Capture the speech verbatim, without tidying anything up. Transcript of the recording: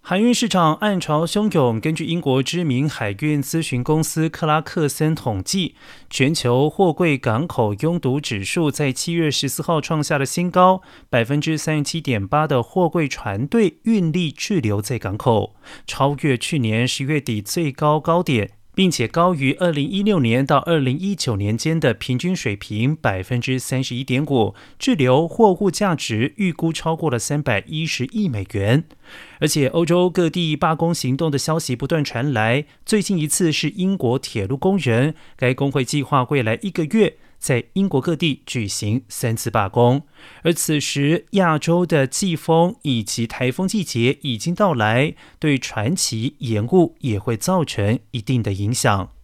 海运市场暗潮汹涌。根据英国知名海运咨询公司克拉克森统计，全球货柜港口拥堵指数在七月十四号创下了新高，百分之三十七点八的货柜船队运力滞留在港口，超越去年十月底最高高点，并且高于二零一六年到二零一九年间的平均水平 百分之三十一点五， 滞留货物价值预估超过了三百一十亿美元。而且欧洲各地罢工行动的消息不断传来，最近一次是英国铁路工人，该工会计划未来一个月在英国各地举行三次罢工。而此时亚洲的季风以及台风季节已经到来，对船期延误也会造成一定的影响。